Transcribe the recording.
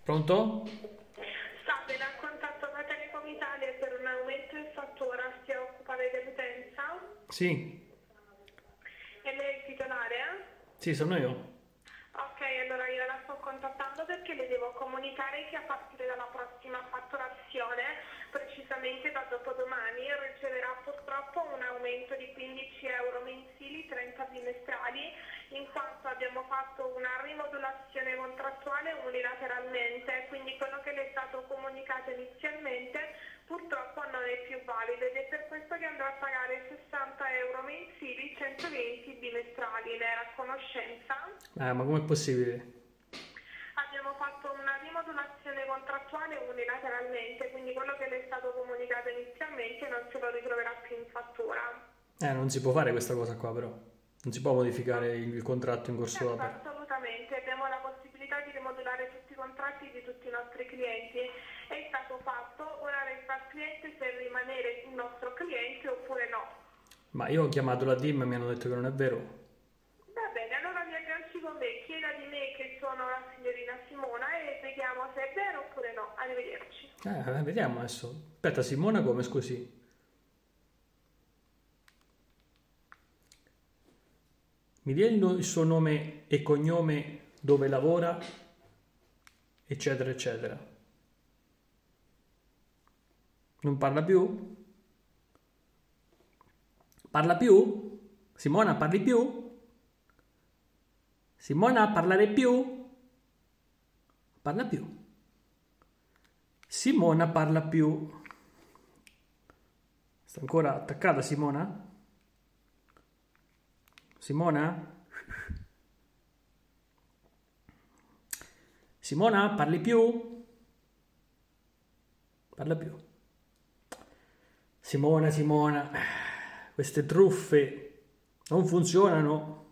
Pronto? Salve, la contatto da Telecom Italia per un aumento in fattura, si occupa dell'utenza Sì, e lei è il titolare? sì, sono io. Ok, allora io la sto contattando perché le devo comunicare che a partire dalla prossima fatturazione, precisamente da dopodomani, riceverà purtroppo un aumento di 15 euro mensili, 30 bimestrali, in quanto abbiamo fatto una rimodulazione contrattuale unilateralmente, quindi quello che le è stato comunicato inizialmente purtroppo non è più valido ed è per questo che andrà a pagare 60 euro mensili, 120 bimestrali. Ne era a conoscenza? Ma com'è possibile? Abbiamo fatto una rimodulazione contrattuale unilateralmente, quindi quello che le è stato comunicato inizialmente non se lo ritroverà più in fattura. Non si può fare questa cosa qua, però. Non si può modificare il contratto in corso Certo, d'opera. assolutamente, abbiamo la possibilità di rimodulare tutti i contratti di tutti i nostri clienti. È stato fatto, ora resta al cliente se rimanere il nostro cliente oppure no. Ma io ho chiamato la team e mi hanno detto che non è vero. Va bene, allora vi agganci con me, chieda di me che sono la signorina Simona e vediamo se è vero oppure no. Arrivederci. Vediamo adesso. Aspetta, Simona come, scusi? Mi dia il suo nome e cognome, dove lavora, eccetera, eccetera. Non parla più? Parla più? Simona, parli più? Simona, parlare più? Parla più. Simona parla più. Sta ancora attaccata Simona? Simona? Simona, parli più? Parla più. Simona, queste truffe non funzionano.